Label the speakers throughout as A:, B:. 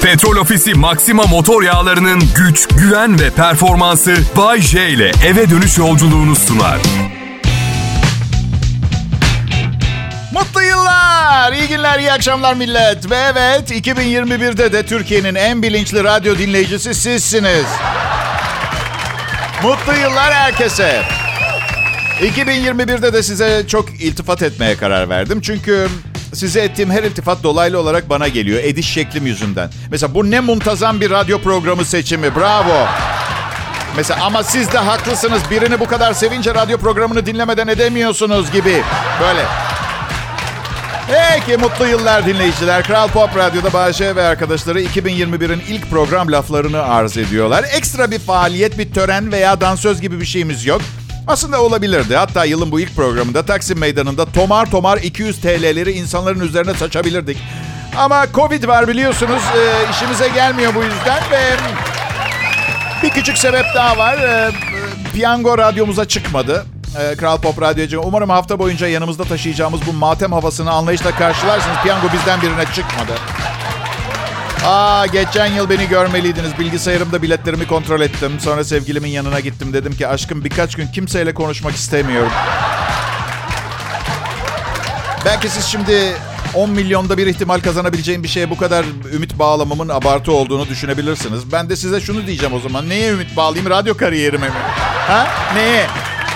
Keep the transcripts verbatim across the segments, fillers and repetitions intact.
A: Petrol Ofisi Maxima motor yağlarının güç, güven ve performansı Bay J ile eve dönüş yolculuğunu sunar.
B: Mutlu yıllar, iyi günler, iyi akşamlar millet. Ve evet, iki bin yirmi birde de Türkiye'nin en bilinçli radyo dinleyicisi sizsiniz. Mutlu yıllar herkese. iki bin yirmi birde de size çok iltifat etmeye karar verdim. Çünkü size ettiğim her iltifat dolaylı olarak bana geliyor. Ediş şeklim yüzünden. Mesela bu ne muntazam bir radyo programı seçimi. Bravo. Mesela ama siz de haklısınız. Birini bu kadar sevince radyo programını dinlemeden edemiyorsunuz gibi. Böyle. Peki, mutlu yıllar dinleyiciler. Kral Pop Radyo'da Bahçe ve arkadaşları iki bin yirmi birin ilk program laflarını arz ediyorlar. Ekstra bir faaliyet, bir tören veya dansöz gibi bir şeyimiz yok. Aslında olabilirdi. Hatta yılın bu ilk programında Taksim Meydanı'nda tomar tomar iki yüz T L'leri insanların üzerine saçabilirdik. Ama Covid var biliyorsunuz. E, işimize gelmiyor bu yüzden ve bir küçük sebep daha var. E, piyango radyomuza çıkmadı. E, Kral Pop Radyo'ya. Umarım hafta boyunca yanımızda taşıyacağımız bu matem havasını anlayışla karşılarsınız. Piyango bizden birine çıkmadı. Aa, geçen yıl beni görmeliydiniz. Bilgisayarımda biletlerimi kontrol ettim. Sonra sevgilimin yanına gittim. Dedim ki aşkım birkaç gün kimseyle konuşmak istemiyorum. Belki siz şimdi on milyonda bir ihtimal kazanabileceğim bir şeye bu kadar ümit bağlamamın abartı olduğunu düşünebilirsiniz. Ben de size şunu diyeceğim o zaman. Neye ümit bağlayayım? Radyo kariyerime mi? Ha? Neye?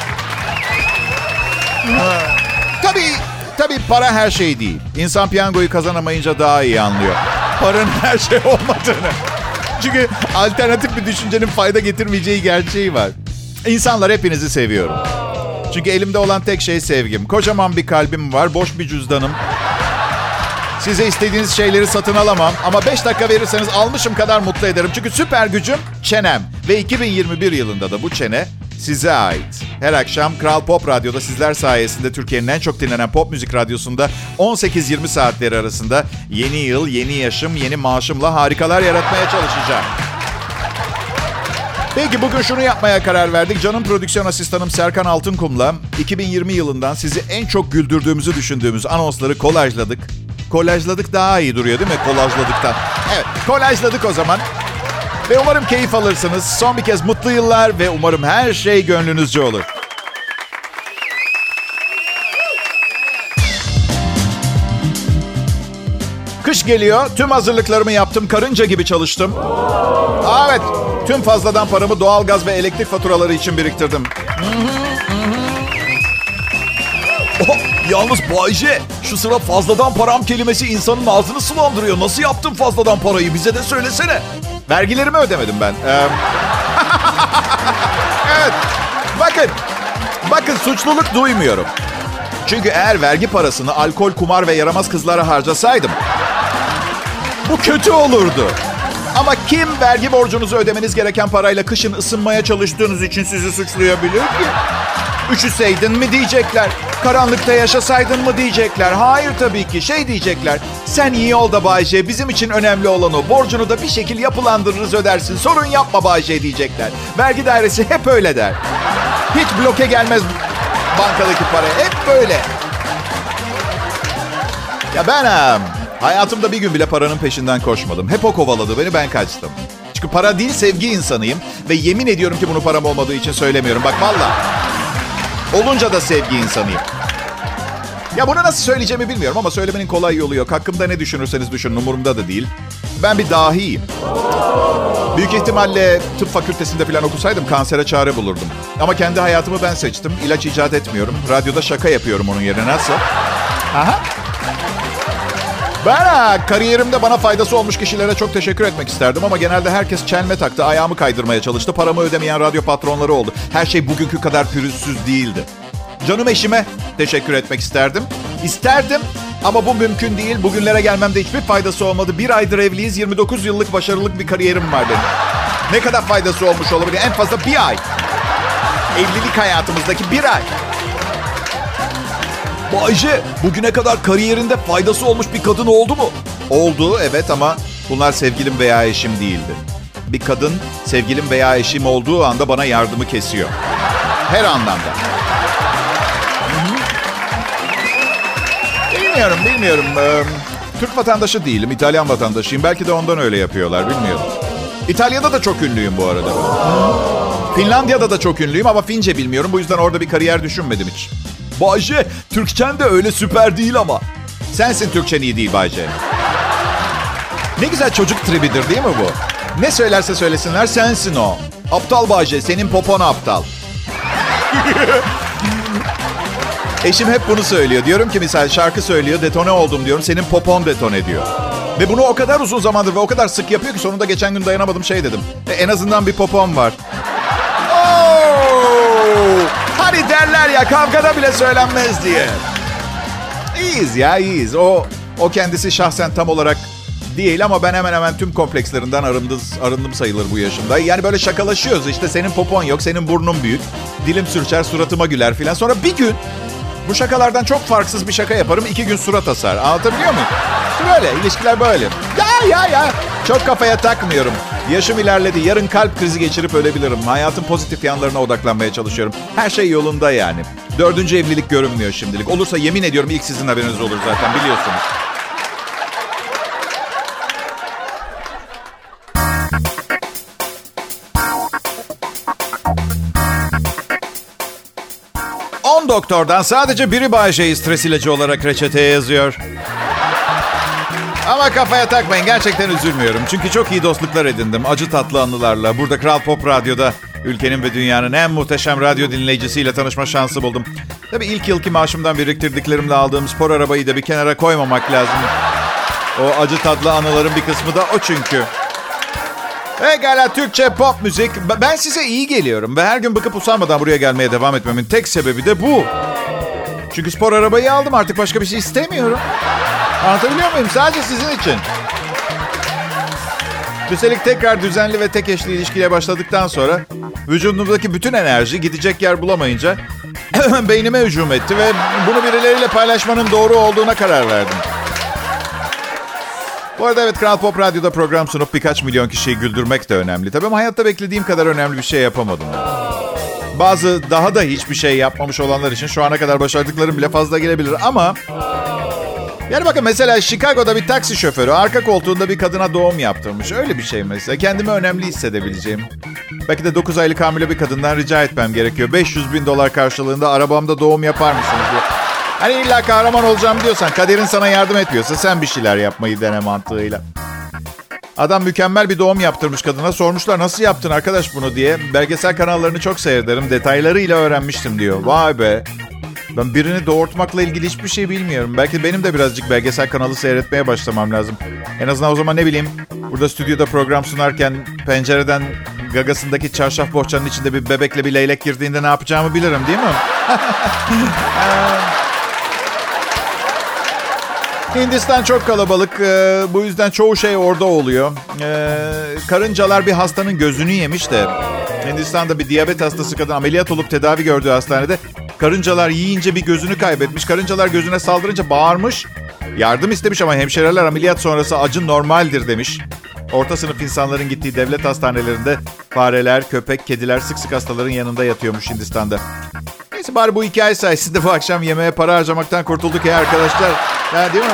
B: Ha. Tabii, tabii para her şey değil. İnsan piyangoyu kazanamayınca daha iyi anlıyor. Paranın her şey olmadığını. Çünkü alternatif bir düşüncenin fayda getirmeyeceği gerçeği var. İnsanlar, hepinizi seviyorum. Çünkü elimde olan tek şey sevgim. Kocaman bir kalbim var, boş bir cüzdanım. Size istediğiniz şeyleri satın alamam. Ama beş dakika verirseniz almışım kadar mutlu ederim. Çünkü süper gücüm çenem. Ve iki bin yirmi bir yılında da bu çene size ait. Her akşam Kral Pop Radyo'da sizler sayesinde Türkiye'nin en çok dinlenen pop müzik radyosunda on sekiz yirmi saatleri arasında yeni yıl, yeni yaşım, yeni maaşımla harikalar yaratmaya çalışacağım. Peki bugün şunu yapmaya karar verdik. Canım prodüksiyon asistanım Serkan Altınkum'la iki bin yirmi yılından sizi en çok güldürdüğümüzü düşündüğümüz anonsları kolajladık. Kolajladık daha iyi duruyor değil mi? Kolajladıktan. Evet, kolajladık o zaman. Ve umarım keyif alırsınız. Son bir kez mutlu yıllar ve umarım her şey gönlünüzce olur. Kış geliyor. Tüm hazırlıklarımı yaptım. Karınca gibi çalıştım. Aa, evet. Tüm fazladan paramı doğalgaz ve elektrik faturaları için biriktirdim.
C: Oh, yalnız Bay J, şu sıra fazladan param kelimesi insanın ağzını sulandırıyor. Nasıl yaptın fazladan parayı? Bize de söylesene.
B: Vergilerimi ödemedim ben. Ee... evet. Bakın. Bakın, suçluluk duymuyorum. Çünkü eğer vergi parasını alkol, kumar ve yaramaz kızlara harcasaydım bu kötü olurdu. Ama kim vergi borcunuzu ödemeniz gereken parayla kışın ısınmaya çalıştığınız için sizi suçlayabilir ki? Üşüseydin mi diyecekler. Karanlıkta yaşasaydın mı diyecekler. Hayır tabii ki. Şey diyecekler. Sen iyi ol da Bay J. Bizim için önemli olan o. Borcunu da bir şekil yapılandırırız, ödersin. Sorun yapma Bay J diyecekler. Vergi dairesi hep öyle der. Hiç bloke gelmez bankadaki para. Hep böyle. Ya ben um, hayatımda bir gün bile paranın peşinden koşmadım. Hep o kovaladı beni, ben kaçtım. Çünkü para değil, sevgi insanıyım. Ve yemin ediyorum ki bunu param olmadığı için söylemiyorum. Bak vallahi. Olunca da sevgi insanıyım. Ya bunu nasıl söyleyeceğimi bilmiyorum ama söylemenin kolay yolu yok. Hakkımda ne düşünürseniz düşünün, umurumda da değil. Ben bir dahiyim. Büyük ihtimalle tıp fakültesinde falan okusaydım kansere çare bulurdum. Ama kendi hayatımı ben seçtim. İlaç icat etmiyorum. Radyoda şaka yapıyorum onun yerine. Nasıl? Aha. Ben ha, kariyerimde bana faydası olmuş kişilere çok teşekkür etmek isterdim ama genelde herkes çelme taktı, ayağımı kaydırmaya çalıştı. Paramı ödemeyen radyo patronları oldu. Her şey bugünkü kadar pürüzsüz değildi. Canım eşime teşekkür etmek isterdim. İsterdim ama bu mümkün değil. Bugünlere gelmemde hiçbir faydası olmadı. Bir aydır evliyiz, yirmi dokuz yıllık başarılı bir kariyerim var benim. Ne kadar faydası olmuş olabilir? En fazla bir ay. Evlilik hayatımızdaki bir ay.
C: Bay J, bugüne kadar kariyerinde faydası olmuş bir kadın oldu mu?
B: Oldu, evet, ama bunlar sevgilim veya eşim değildi. Bir kadın sevgilim veya eşim olduğu anda bana yardımı kesiyor. Her anlamda. Bilmiyorum, bilmiyorum. Türk vatandaşı değilim, İtalyan vatandaşıyım. Belki de ondan öyle yapıyorlar, bilmiyorum. İtalya'da da çok ünlüyüm bu arada. Finlandiya'da da çok ünlüyüm ama Fince bilmiyorum. Bu yüzden orada bir kariyer düşünmedim hiç.
C: Bayce, Türkçen de öyle süper değil ama.
B: Sensin Türkçen iyi değil Bayce. Ne güzel çocuk tribidir değil mi bu? Ne söylerse söylesinler sensin o. Aptal Bayce, senin popon aptal. Eşim hep bunu söylüyor. Diyorum ki misal şarkı söylüyor, detone oldum diyorum. Senin popon detone diyor. Ve bunu o kadar uzun zamandır ve o kadar sık yapıyor ki sonunda geçen gün dayanamadım şey dedim. E, en azından bir popon var. Oo! Hani derler ya kavgada bile söylenmez diye. İyiyiz ya iyiyiz. O, o kendisi şahsen tam olarak değil ama ben hemen hemen tüm komplekslerinden arındım, arındım sayılır bu yaşımda. Yani böyle şakalaşıyoruz işte senin popon yok, senin burnun büyük. Dilim sürçer, suratıma güler filan. Sonra bir gün bu şakalardan çok farksız bir şaka yaparım. iki gün surat asar. Anlatabiliyor muyum? Böyle, ilişkiler böyle. Ya ya ya. Çok kafaya takmıyorum. Yaşım ilerledi. Yarın kalp krizi geçirip ölebilirim. Hayatın pozitif yanlarına odaklanmaya çalışıyorum. Her şey yolunda yani. Dördüncü evlilik görünmüyor şimdilik. Olursa yemin ediyorum ilk sizin haberiniz olur zaten biliyorsunuz. on doktordan sadece biri Bay J'yi stres ilacı olarak reçeteye yazıyor. Ama kafaya takmayın. Gerçekten üzülmüyorum. Çünkü çok iyi dostluklar edindim. Acı tatlı anılarla. Burada Kral Pop Radyo'da ülkenin ve dünyanın en muhteşem radyo dinleyicisiyle tanışma şansı buldum. Tabii ilk yılki maaşımdan biriktirdiklerimle aldığım spor arabayı da bir kenara koymamak lazım. O acı tatlı anıların bir kısmı da o çünkü. Pekala Türkçe pop müzik. Ben size iyi geliyorum. Ve her gün bıkıp usanmadan buraya gelmeye devam etmemin tek sebebi de bu. Çünkü spor arabayı aldım. Artık başka bir şey istemiyorum. Anlatabiliyor muyum? Sadece sizin için. Üstelik tekrar düzenli ve tek eşli ilişkiye başladıktan sonra vücudumdaki bütün enerji gidecek yer bulamayınca beynime hücum etti ve bunu birileriyle paylaşmanın doğru olduğuna karar verdim. Bu arada evet Kral Pop Radyo'da program sunup birkaç milyon kişiyi güldürmek de önemli. Tabii ama hayatta beklediğim kadar önemli bir şey yapamadım. Bazı daha da hiçbir şey yapmamış olanlar için şu ana kadar başardıklarım bile fazla gelebilir ama... Yani bakın mesela Chicago'da bir taksi şoförü arka koltuğunda bir kadına doğum yaptırmış. Öyle bir şey mesela. Kendimi önemli hissedebileceğim. Belki de dokuz aylık hamile bir kadından rica etmem gerekiyor. beş yüz bin dolar karşılığında arabamda doğum yapar mısınız diye. Hani illa kahraman olacağım diyorsan, kaderin sana yardım etmiyorsa sen bir şeyler yapmayı dene mantığıyla. Adam mükemmel bir doğum yaptırmış kadına. Sormuşlar nasıl yaptın arkadaş bunu diye. Belgesel kanallarını çok seyrederim. Detaylarıyla öğrenmiştim diyor. Vay be. Ben birini doğurtmakla ilgili hiçbir şey bilmiyorum. Belki benim de birazcık belgesel kanalı seyretmeye başlamam lazım. En azından o zaman ne bileyim. Burada stüdyoda program sunarken pencereden gagasındaki çarşaf bohçanın içinde bir bebekle bir leylek girdiğinde ne yapacağımı bilirim değil mi? Hindistan çok kalabalık. Ee, bu yüzden çoğu şey orada oluyor. Ee, karıncalar bir hastanın gözünü yemiş de. Hindistan'da bir diyabet hastası kadın ameliyat olup tedavi gördüğü hastanede karıncalar yiyince bir gözünü kaybetmiş. Karıncalar gözüne saldırınca bağırmış. Yardım istemiş ama hemşireler ameliyat sonrası acı normaldir demiş. Orta sınıf insanların gittiği devlet hastanelerinde fareler, köpek, kediler sık sık hastaların yanında yatıyormuş Hindistan'da. Neyse bari bu hikaye sayesinde bu akşam yemeğe para harcamaktan kurtulduk ya arkadaşlar. Ya değil mi?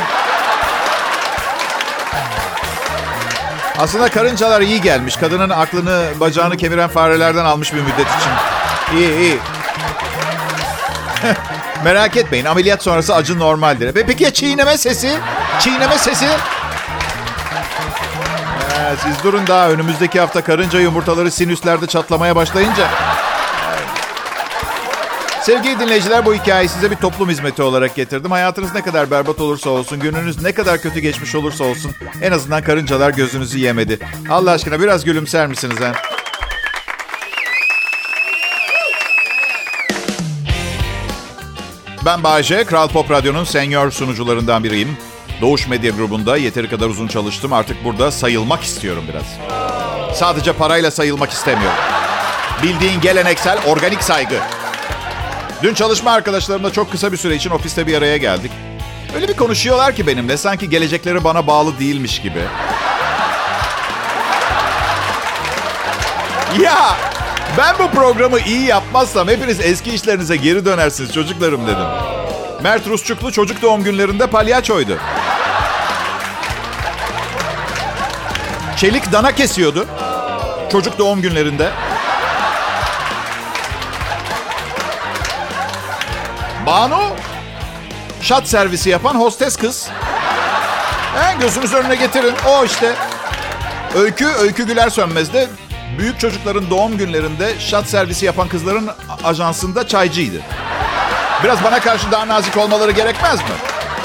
B: Aslında karıncalar iyi gelmiş. Kadının aklını, bacağını kemiren farelerden almış bir müddet için. İyi, iyi. Merak etmeyin. Ameliyat sonrası acı normaldir. Peki ya çiğneme sesi? Çiğneme sesi? Ee, siz durun daha. Önümüzdeki hafta karınca yumurtaları sinüslerde çatlamaya başlayınca... Sevgili dinleyiciler, bu hikayeyi size bir toplum hizmeti olarak getirdim. Hayatınız ne kadar berbat olursa olsun, gününüz ne kadar kötü geçmiş olursa olsun, en azından karıncalar gözünüzü yemedi. Allah aşkına biraz gülümser misiniz ha? Ben Bay J, Kral Pop Radyo'nun senior sunucularından biriyim. Doğuş Medya Grubu'nda yeteri kadar uzun çalıştım. Artık burada sayılmak istiyorum biraz. Sadece parayla sayılmak istemiyorum. Bildiğin geleneksel, organik saygı. Dün çalışma arkadaşlarımla çok kısa bir süre için ofiste bir araya geldik. Öyle bir konuşuyorlar ki benimle, sanki gelecekleri bana bağlı değilmiş gibi. Ya ben bu programı iyi yapmazsam hepiniz eski işlerinize geri dönersiniz çocuklarım dedim. Mert Rusçuklu çocuk doğum günlerinde palyaçoydu. Çelik dana kesiyordu. Çocuk doğum günlerinde. Banu, şat servisi yapan hostes kız. He, gözünüz önüne getirin. O işte. Öykü, Öykü Güler Sönmez de büyük çocukların doğum günlerinde şat servisi yapan kızların ajansında çaycıydı. Biraz bana karşı daha nazik olmaları gerekmez mi?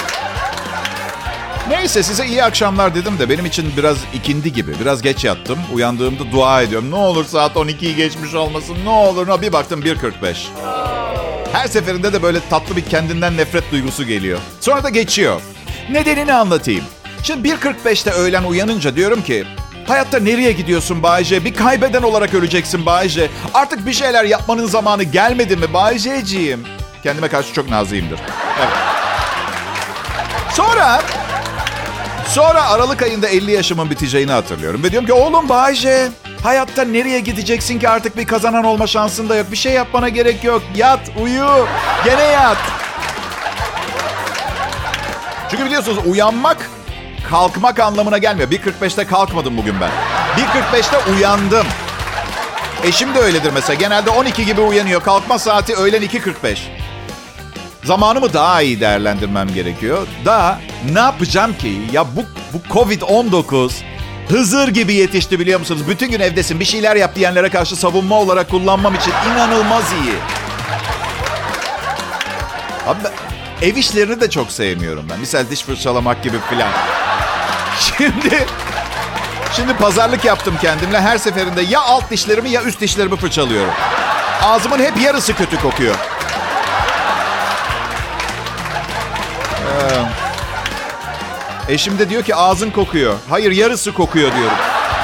B: Neyse, size iyi akşamlar dedim de benim için biraz ikindi gibi. Biraz geç yattım. Uyandığımda dua ediyorum. Ne olur saat on ikiyi geçmiş olmasın. Ne olur. No, bir baktım bir kırk beş. Her seferinde de böyle tatlı bir kendinden nefret duygusu geliyor. Sonra da geçiyor. Nedenini anlatayım. Şimdi bir kırk beşte öğlen uyanınca diyorum ki... Hayatta nereye gidiyorsun Bayce? Bir kaybeden olarak öleceksin Bayce. Artık bir şeyler yapmanın zamanı gelmedi mi Bayceciğim? Kendime karşı çok naziyimdir. Evet. Sonra... Sonra Aralık ayında elli yaşımın biteceğini hatırlıyorum. Ve diyorum ki oğlum Bayce, hayatta nereye gideceksin ki artık bir kazanan olma şansın da yok. Bir şey yapmana gerek yok. Yat, uyu, gene yat. Çünkü biliyorsunuz uyanmak kalkmak anlamına gelmiyor. bir kırk beşte kalkmadım bugün ben. bir kırk beşte uyandım. Eşim de öyledir mesela. Genelde on iki gibi uyanıyor. Kalkma saati öğlen iki kırk beş. Zamanımı daha iyi değerlendirmem gerekiyor. Daha ne yapacağım ki? Ya bu, bu kovid on dokuz Hızır gibi yetişti biliyor musunuz? Bütün gün evdesin, bir şeyler yap diyenlere karşı savunma olarak kullanmam için inanılmaz iyi. Abi ben, ev işlerini de çok sevmiyorum ben. Misal diş fırçalamak gibi filan. Şimdi, şimdi pazarlık yaptım kendimle. Her seferinde ya alt dişlerimi ya üst dişlerimi fırçalıyorum. Ağzımın hep yarısı kötü kokuyor. Ee, eşim de diyor ki ağzın kokuyor. Hayır, yarısı kokuyor diyorum.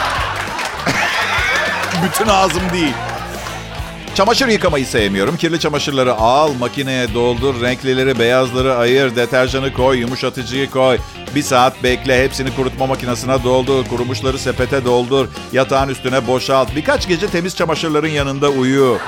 B: Bütün ağzım değil. Çamaşır yıkamayı sevmiyorum. Kirli çamaşırları al, makineye doldur, renklileri, beyazları ayır, deterjanı koy, yumuşatıcıyı koy. Bir saat bekle, hepsini kurutma makinesine doldur, kurumuşları sepete doldur, yatağın üstüne boşalt. Birkaç gece temiz çamaşırların yanında uyu.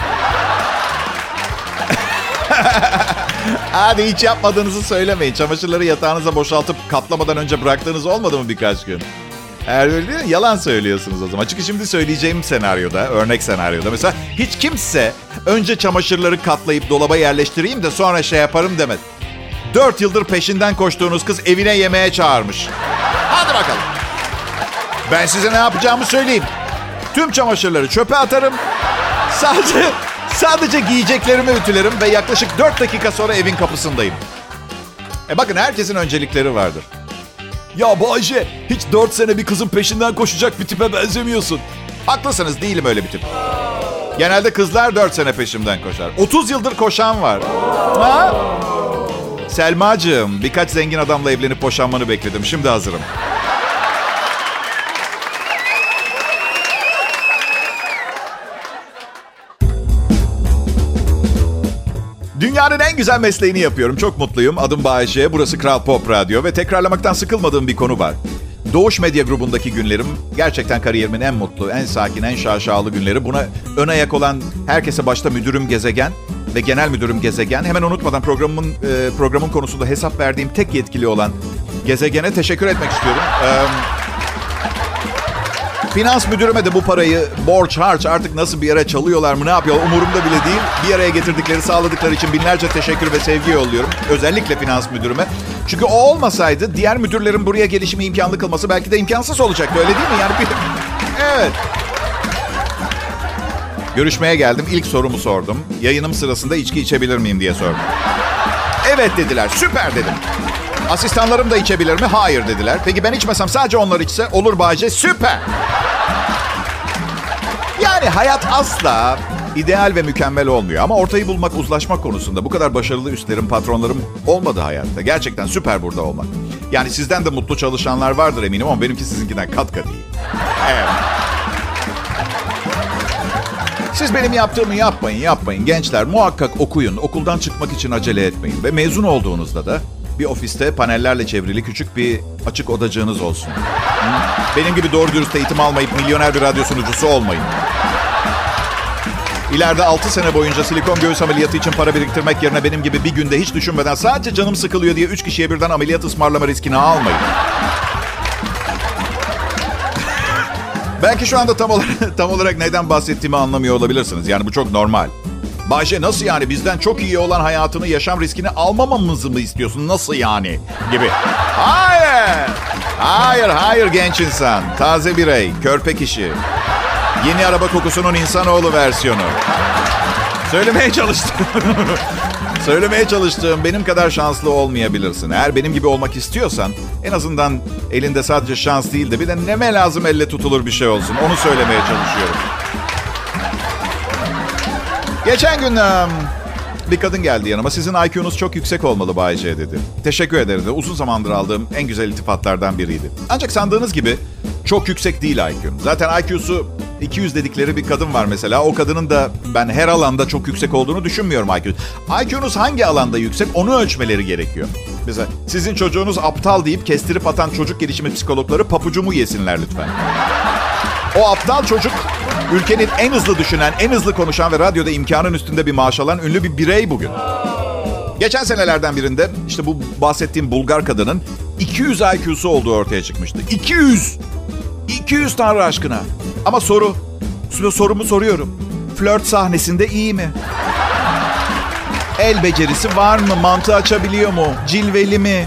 B: Hadi hiç yapmadığınızı söylemeyin. Çamaşırları yatağınıza boşaltıp katlamadan önce bıraktığınız olmadı mı birkaç gün? Eğer öyle değil, yalan söylüyorsunuz o zaman. Çünkü şimdi söyleyeceğim senaryoda, örnek senaryoda mesela hiç kimse önce çamaşırları katlayıp dolaba yerleştireyim de sonra şey yaparım demedi. Dört yıldır peşinden koştuğunuz kız evine yemeğe çağırmış. Hadi bakalım. Ben size ne yapacağımı söyleyeyim. Tüm çamaşırları çöpe atarım. Sadece sadece giyeceklerimi ütülerim ve yaklaşık dört dakika sonra evin kapısındayım. E bakın, herkesin öncelikleri vardır.
C: Ya Bayce, hiç dört sene bir kızın peşinden koşacak bir tipe benzemiyorsun.
B: Haklısınız, değilim öyle bir tip. Genelde kızlar dört sene peşimden koşar. otuz yıldır koşan var. Ha? Selmacığım, birkaç zengin adamla evlenip boşanmanı bekledim. Şimdi hazırım. Dünyanın en güzel mesleğini yapıyorum. Çok mutluyum. Adım Bayece. Burası Kral Pop Radyo ve tekrarlamaktan sıkılmadığım bir konu var. Doğuş Medya grubundaki günlerim gerçekten kariyerimin en mutlu, en sakin, en şaşalı günleri. Buna ön ayak olan herkese başta müdürüm Gezegen ve genel müdürüm Gezegen. Hemen unutmadan programın e, programın konusunda hesap verdiğim tek yetkili olan Gezegen'e teşekkür etmek istiyorum. Ee, Finans müdürüme de bu parayı borç harç artık nasıl bir yere çalıyorlar mı, ne yapıyorlar umurumda bile değil. Bir araya getirdikleri, sağladıkları için binlerce teşekkür ve sevgi yolluyorum. Özellikle finans müdürüme. Çünkü o olmasaydı diğer müdürlerin buraya gelişimi imkanlı kılması belki de imkansız olacaktı, öyle değil mi? Yani bir... Evet. Görüşmeye geldim. İlk sorumu sordum. Yayınım sırasında içki içebilir miyim diye sordum. Evet dediler. Süper dedim. Asistanlarım da içebilir mi? Hayır dediler. Peki ben içmesem sadece onlar içse? Olur Bayce. Süper. Yani hayat asla ideal ve mükemmel olmuyor. Ama ortayı bulmak, uzlaşmak konusunda bu kadar başarılı üstlerim, patronlarım olmadı hayatta. Gerçekten süper burada olmak. Yani sizden de mutlu çalışanlar vardır eminim ama benimki sizinkinden kat kat iyi. Evet. Siz benim yaptığımı yapmayın, yapmayın. Gençler muhakkak okuyun. Okuldan çıkmak için acele etmeyin. Ve mezun olduğunuzda da bir ofiste panellerle çevrili küçük bir açık odacığınız olsun. Benim gibi doğru dürüst eğitim almayıp milyoner bir radyo sunucusu olmayın. İleride altı sene boyunca silikon göğüs ameliyatı için para biriktirmek yerine benim gibi bir günde hiç düşünmeden sadece canım sıkılıyor diye üç kişiye birden ameliyat ısmarlama riskini almayın. Belki şu anda tam olarak, tam olarak neden bahsettiğimi anlamıyor olabilirsiniz. Yani bu çok normal. Bayşe nasıl yani bizden çok iyi olan hayatını, yaşam riskini almamamızı mı istiyorsun? Nasıl yani? Gibi. Hayır. Hayır, hayır genç insan. Taze birey, körpe kişi. Yeni araba kokusunun insanoğlu versiyonu. Söylemeye çalıştım. Söylemeye çalıştığım benim kadar şanslı olmayabilirsin. Eğer benim gibi olmak istiyorsan en azından elinde sadece şans değil de bir de neme lazım elle tutulur bir şey olsun. Onu söylemeye çalışıyorum. Geçen gün um, bir kadın geldi yanıma. Sizin I Q'nuz çok yüksek olmalı Bay J dedi. Teşekkür ederim de uzun zamandır aldığım en güzel iltifatlardan biriydi. Ancak sandığınız gibi çok yüksek değil I Q'm. Zaten I Q'su iki yüz dedikleri bir kadın var mesela. O kadının da ben her alanda çok yüksek olduğunu düşünmüyorum I Q. I Q'nuz hangi alanda yüksek onu ölçmeleri gerekiyor. Mesela sizin çocuğunuz aptal deyip kestirip atan çocuk gelişimi psikologları papucumu yesinler lütfen. O aptal çocuk ülkenin en hızlı düşünen, en hızlı konuşan ve radyoda imkanın üstünde bir maaş alan ünlü bir birey bugün. Geçen senelerden birinde işte bu bahsettiğim Bulgar kadının iki yüz I Q'su olduğu ortaya çıkmıştı. iki yüz! iki yüz Tanrı aşkına. Ama soru, sorumu soruyorum. Flört sahnesinde iyi mi? El becerisi var mı? Mantı açabiliyor mu? Cilveli mi?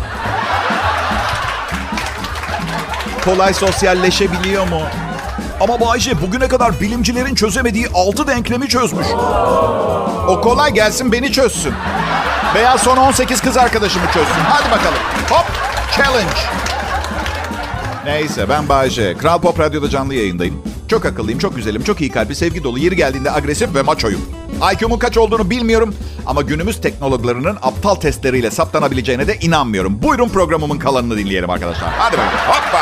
B: Kolay sosyalleşebiliyor mu?
C: Ama Bayce bugüne kadar bilimcilerin çözemediği altı denklemi çözmüş.
B: O kolay gelsin beni çözsün. Veya son on sekiz kız arkadaşımı çözsün. Hadi bakalım. Hop, challenge. Neyse ben Bayce. Kral Pop Radyo'da canlı yayındayım. Çok akıllıyım, çok güzelim, çok iyi kalpli, sevgi dolu, yeri geldiğinde agresif ve maçoyum. I Q'mun kaç olduğunu bilmiyorum ama günümüz teknologlarının aptal testleriyle saptanabileceğine de inanmıyorum. Buyurun programımın kalanını dinleyelim arkadaşlar. Hadi bakalım. Hoppa.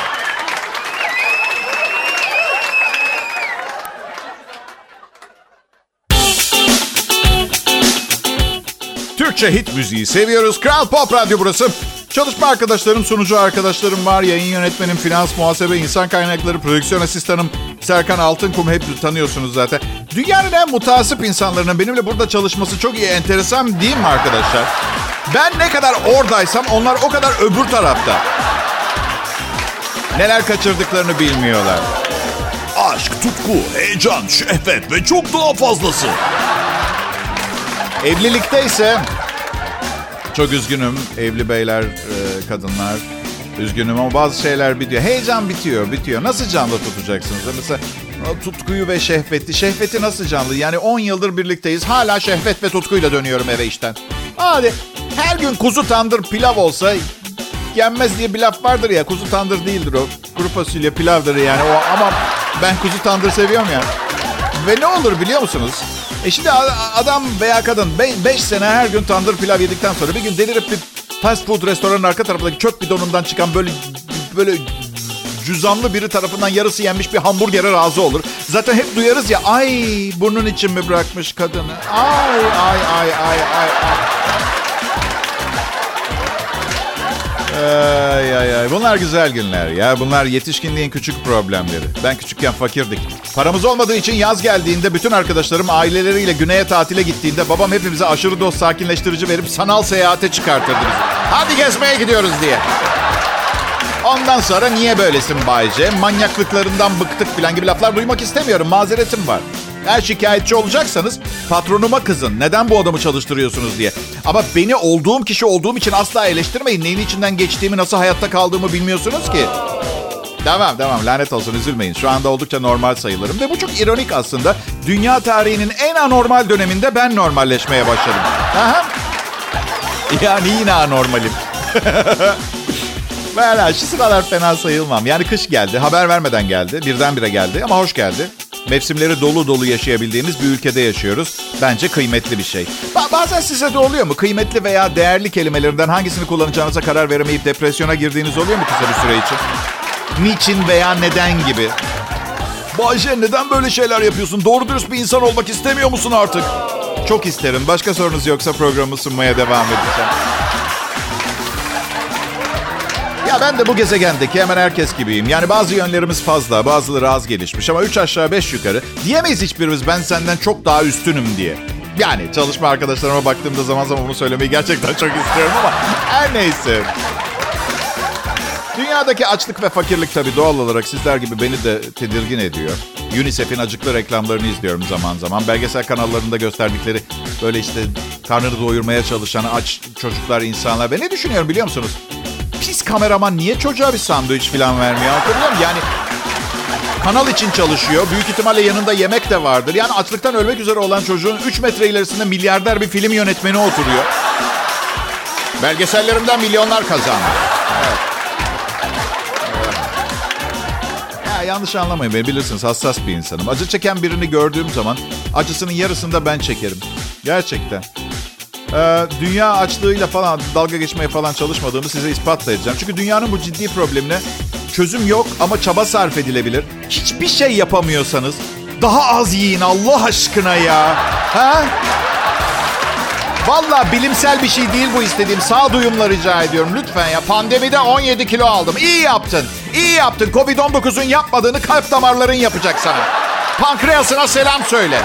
B: Türkçe hit müziği seviyoruz. Kral Pop Radyo burası. Çalışma arkadaşlarım, sunucu arkadaşlarım var. Yayın yönetmenim, finans, muhasebe, insan kaynakları, prodüksiyon asistanım Serkan Altınkum. Hep tanıyorsunuz zaten. Dünyanın en mutasip insanlarının benimle burada çalışması çok iyi, enteresan değil mi arkadaşlar? Ben ne kadar oradaysam onlar o kadar öbür tarafta. Neler kaçırdıklarını bilmiyorlar.
C: Aşk, tutku, heyecan, şehvet ve çok daha fazlası.
B: Evlilikte ise çok üzgünüm evli beyler, e, kadınlar. Üzgünüm ama bazı şeyler bitiyor. Heyecan bitiyor, bitiyor. Nasıl canlı tutacaksınız? Mesela tutkuyu ve şehveti. Şehveti nasıl canlı? Yani on yıldır birlikteyiz. Hala şehvet ve tutkuyla dönüyorum eve işten. Hadi her gün kuzu tandır pilav olsa yenmez diye bir laf vardır ya. Kuzu tandır değildir o. Kuru fasulye pilavdır yani. O, ama ben kuzu tandır seviyorum ya. Ve ne olur biliyor musunuz? E şimdi adam veya kadın beş sene her gün tandır pilav yedikten sonra bir gün delirip bir fast food restoranın arka tarafındaki çöp bidonundan çıkan böyle böyle cüzamlı biri tarafından yarısı yenmiş bir hamburgere razı olur. Zaten hep duyarız ya, ay bunun için mi bırakmış kadını? Ay ay ay ay ay ay. Ay ay ay. Bunlar güzel günler ya. Bunlar yetişkinliğin küçük problemleri. Ben küçükken fakirdik. Paramız olmadığı için yaz geldiğinde bütün arkadaşlarım aileleriyle güneye tatile gittiğinde babam hepimize aşırı doz sakinleştirici verip sanal seyahate çıkartırdı bizi. Hadi gezmeye gidiyoruz diye. Ondan sonra niye böylesin Bayce? Manyaklıklarından bıktık falan gibi laflar duymak istemiyorum. Mazeretim var. Eğer şikayetçi olacaksanız patronuma kızın. Neden bu adamı çalıştırıyorsunuz diye. Ama beni olduğum kişi olduğum için asla eleştirmeyin. Neyin içinden geçtiğimi, nasıl hayatta kaldığımı bilmiyorsunuz ki. Tamam tamam lanet olsun, üzülmeyin. Şu anda oldukça normal sayılırım. Ve bu çok ironik aslında. Dünya tarihinin en anormal döneminde ben normalleşmeye başladım. Aha. Yani yine anormalim. Valla şu sıralar fena sayılmam. Yani kış geldi, haber vermeden geldi. Birdenbire geldi ama hoş geldi. Mevsimleri dolu dolu yaşayabildiğimiz bir ülkede yaşıyoruz. Bence kıymetli bir şey. Ba- bazen size de oluyor mu? Kıymetli veya değerli kelimelerinden hangisini kullanacağınıza karar veremeyip depresyona girdiğiniz oluyor mu kısa bir süre için? Niçin veya neden gibi?
C: Bayce neden böyle şeyler yapıyorsun? Doğru dürüst bir insan olmak istemiyor musun artık?
B: Çok isterim. Başka sorunuz yoksa programı sunmaya devam edeceğim. Ya ben de bu gezegendeki hemen herkes gibiyim. Yani bazı yönlerimiz fazla, bazıları az gelişmiş. Ama üç aşağı beş yukarı diyemeyiz hiçbirimiz ben senden çok daha üstünüm diye. Yani çalışma arkadaşlarıma baktığımda zaman zaman bunu söylemeyi gerçekten çok istiyorum ama her neyse. Dünyadaki açlık ve fakirlik tabii doğal olarak sizler gibi beni de tedirgin ediyor. UNICEF'in acıklı reklamlarını izliyorum zaman zaman. Belgesel kanallarında gösterdikleri böyle işte karnını doyurmaya çalışan aç çocuklar, insanlar. Ben ne düşünüyorum biliyor musunuz? Pis kameraman niye çocuğa bir sandviç falan vermiyor? Anlatabiliyor muyum? Yani kanal için çalışıyor. Büyük ihtimalle yanında yemek de vardır. Yani açlıktan ölmek üzere olan çocuğun üç metre ilerisinde milyarder bir film yönetmeni oturuyor. Belgesellerimden milyonlar kazandı. Evet. Ya, yanlış anlamayın beni, bilirsiniz hassas bir insanım. Acı çeken birini gördüğüm zaman acısının yarısını da ben çekerim. Gerçekten. Ee, dünya açlığıyla falan dalga geçmeye falan çalışmadığımı size ispat edeceğim. Çünkü dünyanın bu ciddi problemine çözüm yok ama çaba sarf edilebilir. Hiçbir şey yapamıyorsanız daha az yiyin Allah aşkına ya. Ha? Vallahi bilimsel bir şey değil bu istediğim. Sağduyumla rica ediyorum lütfen ya. Pandemide on yedi kilo aldım. İyi yaptın. İyi yaptın. covid on dokuzun yapmadığını kalp damarların yapacak sana. Pankreasına selam söyle.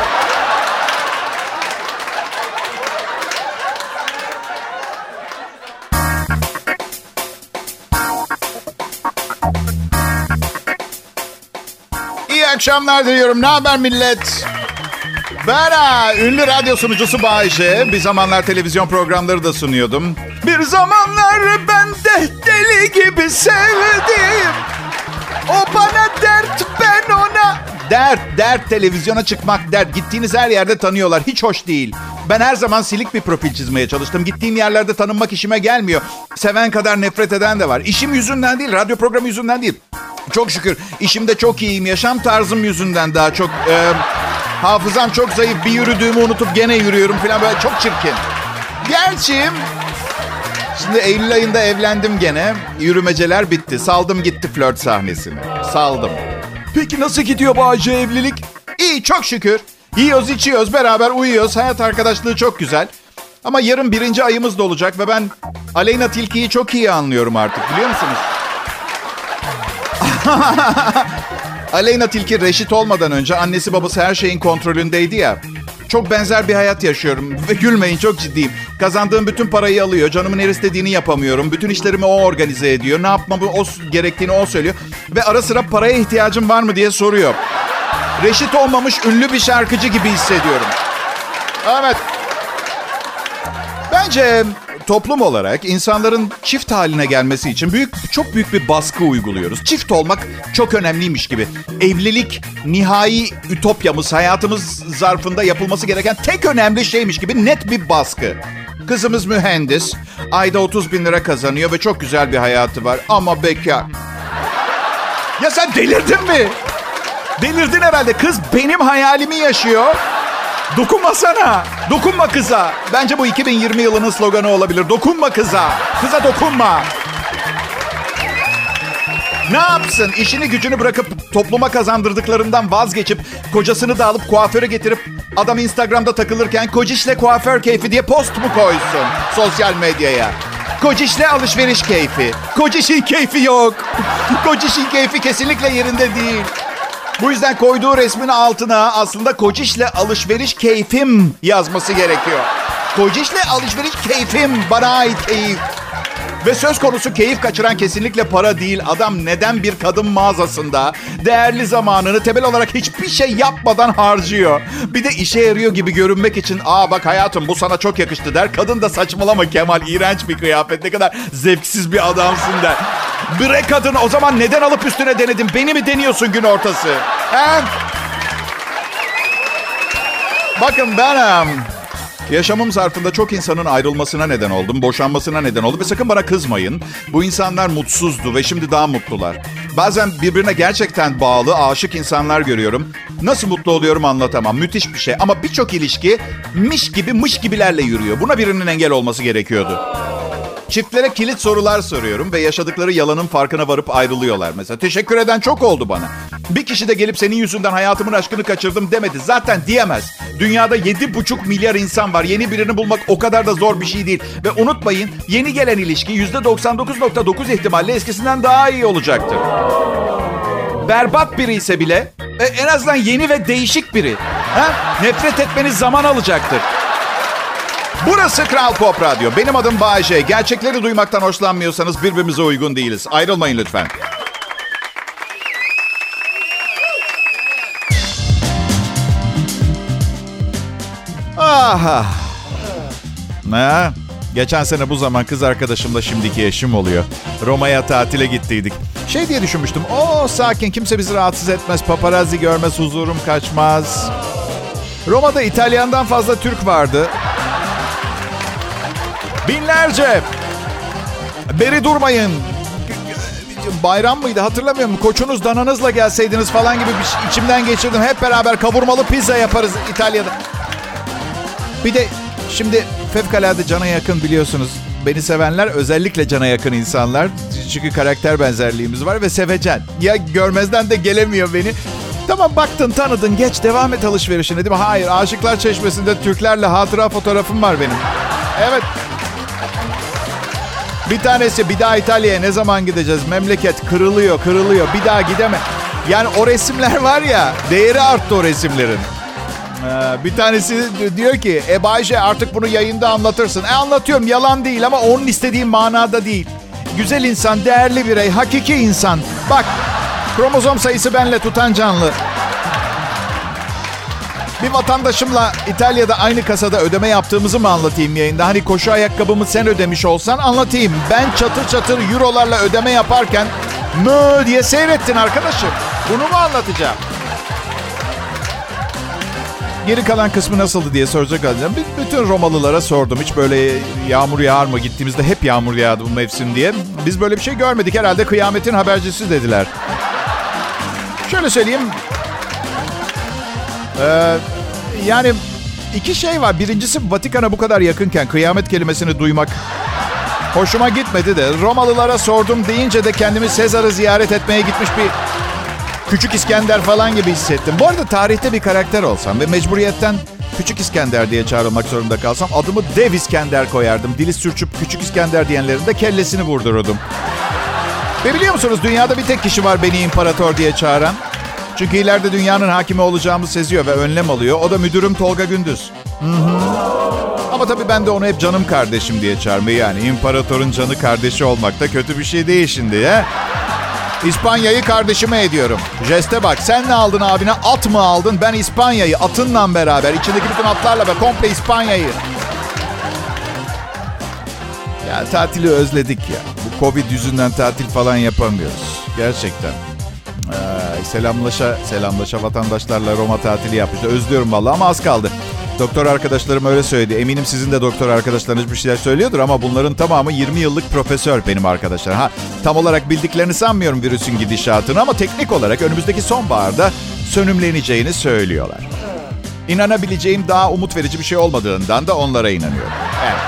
B: İyi akşamlar diliyorum. Ne haber millet? Ben ha, ünlü radyo sunucusu Bay J. Bir zamanlar televizyon programları da sunuyordum. Bir zamanlar ben de deli gibi sevdim. O bana dert, ben ona... Dert, dert, televizyona çıkmak dert. Gittiğiniz her yerde tanıyorlar. Hiç hoş değil. Ben her zaman silik bir profil çizmeye çalıştım. Gittiğim yerlerde tanınmak işime gelmiyor. Seven kadar nefret eden de var. İşim yüzünden değil, radyo programı yüzünden değil. Çok şükür işimde çok iyiyim. Yaşam tarzım yüzünden daha çok... E, hafızam çok zayıf. Bir yürüdüğümü unutup gene yürüyorum falan, böyle çok çirkin. Gerçi şimdi Eylül ayında evlendim gene. Yürümeceler bitti. Saldım gitti flört sahnesini. Saldım.
C: Peki nasıl gidiyor Bayce evlilik?
B: İyi çok şükür. Yiyoruz, içiyoruz, beraber uyuyoruz. Hayat arkadaşlığı çok güzel. Ama yarın birinci ayımız da olacak ve ben Aleyna Tilki'yi çok iyi anlıyorum artık, biliyor musunuz? Aleyna Tilki reşit olmadan önce annesi babası her şeyin kontrolündeydi ya. Çok benzer bir hayat yaşıyorum. Ve gülmeyin, çok ciddiyim. Kazandığım bütün parayı alıyor. Canımın her istediğini yapamıyorum. Bütün işlerimi o organize ediyor. Ne yapmamı o gerektiğini o söylüyor. Ve ara sıra paraya ihtiyacım var mı diye soruyor. Reşit olmamış ünlü bir şarkıcı gibi hissediyorum. Evet. Bence toplum olarak insanların çift haline gelmesi için büyük, çok büyük bir baskı uyguluyoruz. Çift olmak çok önemliymiş gibi. Evlilik nihai ütopyamız, hayatımız zarfında yapılması gereken tek önemli şeymiş gibi net bir baskı. Kızımız mühendis, ayda otuz bin lira kazanıyor ve çok güzel bir hayatı var ama bekar. Ya sen delirdin mi? Delirdin herhalde. Kız benim hayalimi yaşıyor. Dokunmasana. Dokunma kıza. Bence bu iki bin yirmi yılının sloganı olabilir. Dokunma kıza. Kıza dokunma. Ne yapsın? İşini gücünü bırakıp topluma kazandırdıklarından vazgeçip kocasını da alıp kuaföre getirip adam Instagram'da takılırken Kociş'le kuaför keyfi diye post mu koysun sosyal medyaya? Kociş'le alışveriş keyfi. Kociş'in keyfi yok. Kociş'in keyfi kesinlikle yerinde değil. Bu yüzden koyduğu resmin altına aslında Kociş'le alışveriş keyfim yazması gerekiyor. Kociş'le alışveriş keyfim, bana ait keyif. Ve söz konusu keyif kaçıran kesinlikle para değil. Adam neden bir kadın mağazasında değerli zamanını temel olarak hiçbir şey yapmadan harcıyor? Bir de işe yarıyor gibi görünmek için aa bak hayatım bu sana çok yakıştı der. Kadın da saçmalama Kemal, iğrenç bir kıyafet, ne kadar zevksiz bir adamsın der. Bre kadın, o zaman neden alıp üstüne denedin? Beni mi deniyorsun gün ortası? He? Bakın ben... Yaşamım zarfında çok insanın ayrılmasına neden oldum, boşanmasına neden oldum ve sakın bana kızmayın. Bu insanlar mutsuzdu ve şimdi daha mutlular. Bazen birbirine gerçekten bağlı, aşık insanlar görüyorum. Nasıl mutlu oluyorum anlatamam. Müthiş bir şey. Ama birçok ilişki miş gibi mış gibilerle yürüyor. Buna birinin engel olması gerekiyordu. Çiftlere kilit sorular soruyorum ve yaşadıkları yalanın farkına varıp ayrılıyorlar mesela. Teşekkür eden çok oldu bana. Bir kişi de gelip senin yüzünden hayatımın aşkını kaçırdım demedi. Zaten diyemez. Dünyada yedi buçuk milyar insan var. Yeni birini bulmak o kadar da zor bir şey değil. Ve unutmayın, yeni gelen ilişki yüzde doksan dokuz nokta dokuz ihtimalle eskisinden daha iyi olacaktır. Berbat biri ise bile e, en azından yeni ve değişik biri. Ha? Nefret etmeniz zaman alacaktır. Burası Kral Pop Radyo. Benim adım Bay J. Gerçekleri duymaktan hoşlanmıyorsanız birbirimize uygun değiliz. Ayrılmayın lütfen. Aha. Ne? Geçen sene bu zaman kız arkadaşımla şimdiki eşim oluyor. Roma'ya tatile gittiydik. Şey diye düşünmüştüm. Oo sakin, kimse bizi rahatsız etmez. Paparazzi görmez, huzurum kaçmaz. Roma'da İtalyan'dan fazla Türk vardı. Binlerce. Beri durmayın. Bayram mıydı hatırlamıyorum. Koçunuz dananızla gelseydiniz falan gibi bir şey içimden geçirdim. Hep beraber kavurmalı pizza yaparız İtalya'da. Bir de şimdi fevkalade cana yakın biliyorsunuz. Beni sevenler özellikle cana yakın insanlar. Çünkü karakter benzerliğimiz var ve sevecen. Ya görmezden de gelemiyor beni. Tamam baktın, tanıdın, geç devam et alışverişine değil mi? Hayır, Aşıklar Çeşmesi'nde Türklerle hatıra fotoğrafım var benim. Evet. Bir tanesi bir daha İtalya'ya ne zaman gideceğiz? Memleket kırılıyor, kırılıyor. Bir daha gideme. Yani o resimler var ya, değeri arttı o resimlerin. Ee, bir tanesi diyor ki, e Bayce artık bunu yayında anlatırsın. E anlatıyorum, yalan değil ama onun istediği manada değil. Güzel insan, değerli birey, hakiki insan. Bak, kromozom sayısı benle tutan canlı. Bir vatandaşımla İtalya'da aynı kasada ödeme yaptığımızı mı anlatayım yayında? Hani koşu ayakkabımı sen ödemiş olsan anlatayım. Ben çatır çatır eurolarla ödeme yaparken mö diye seyrettin arkadaşım. Bunu mu anlatacağım? Geri kalan kısmı nasıldı diye soracak olacağım. Bütün Romalılara sordum. Hiç böyle yağmur yağar mı? Gittiğimizde hep yağmur yağdı bu mevsim diye. Biz böyle bir şey görmedik. Herhalde kıyametin habercisi dediler. Şöyle söyleyeyim. Ee, yani iki şey var. Birincisi Vatikan'a bu kadar yakınken kıyamet kelimesini duymak hoşuma gitmedi de. Romalılara sordum deyince de kendimi Sezar'ı ziyaret etmeye gitmiş bir Küçük İskender falan gibi hissettim. Bu arada tarihte bir karakter olsam ve mecburiyetten Küçük İskender diye çağrılmak zorunda kalsam adımı Dev İskender koyardım. Dili sürçüp Küçük İskender diyenlerin de kellesini vurdururdum. Ve biliyor musunuz dünyada bir tek kişi var beni imparator diye çağıran. Çünkü ileride dünyanın hakimi olacağımı seziyor ve önlem alıyor. O da müdürüm Tolga Gündüz. Hı-hı. Ama tabii ben de onu hep canım kardeşim diye çağırmayı, yani imparatorun canı kardeşi olmak da kötü bir şey değil şimdi ya. İspanya'yı kardeşime ediyorum. Jeste bak, sen ne aldın abine? At mı aldın? Ben İspanya'yı atınla beraber, içindeki bütün atlarla ve komple İspanya'yı. Ya tatili özledik ya. Bu Covid yüzünden tatil falan yapamıyoruz. Gerçekten. Ee, selamlaşa selamlaşa vatandaşlarla Roma tatili yapmışlar. Özlüyorum vallahi ama az kaldı. Doktor arkadaşlarım öyle söyledi. Eminim sizin de doktor arkadaşlarınız bir şeyler söylüyordur ama bunların tamamı yirmi yıllık profesör benim arkadaşlar. Ha, tam olarak bildiklerini sanmıyorum virüsün gidişatını ama teknik olarak önümüzdeki sonbaharda sönümleneceğini söylüyorlar. İnanabileceğim daha umut verici bir şey olmadığından da onlara inanıyorum. Evet.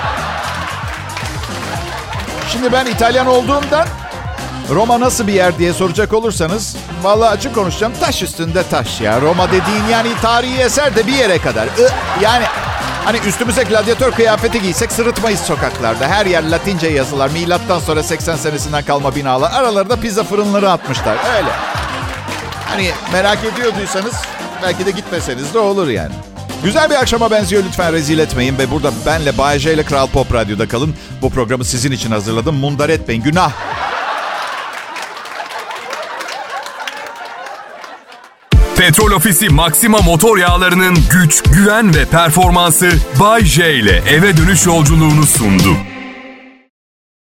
B: Şimdi ben İtalyan olduğumdan Roma nasıl bir yer diye soracak olursanız vallahi açık konuşacağım, taş üstünde taş ya. Roma dediğin yani tarihi eser de bir yere kadar. Yani hani üstümüze gladyatör kıyafeti giysek sırıtmayız sokaklarda. Her yer Latince yazılar. Milattan sonra seksen senesinden kalma binalar. Aralarında pizza fırınları atmışlar. Öyle. Hani merak ediyorduysanız belki de gitmeseniz de olur yani. Güzel bir akşama benziyor, lütfen rezil etmeyin. Ve burada benle Bay J ile Kral Pop Radyo'da kalın. Bu programı sizin için hazırladım. Mundar etmeyin, günah.
A: Petrol Ofisi Maxima motor yağlarının güç, güven ve performansı Bay J ile eve dönüş yolculuğunu sundu.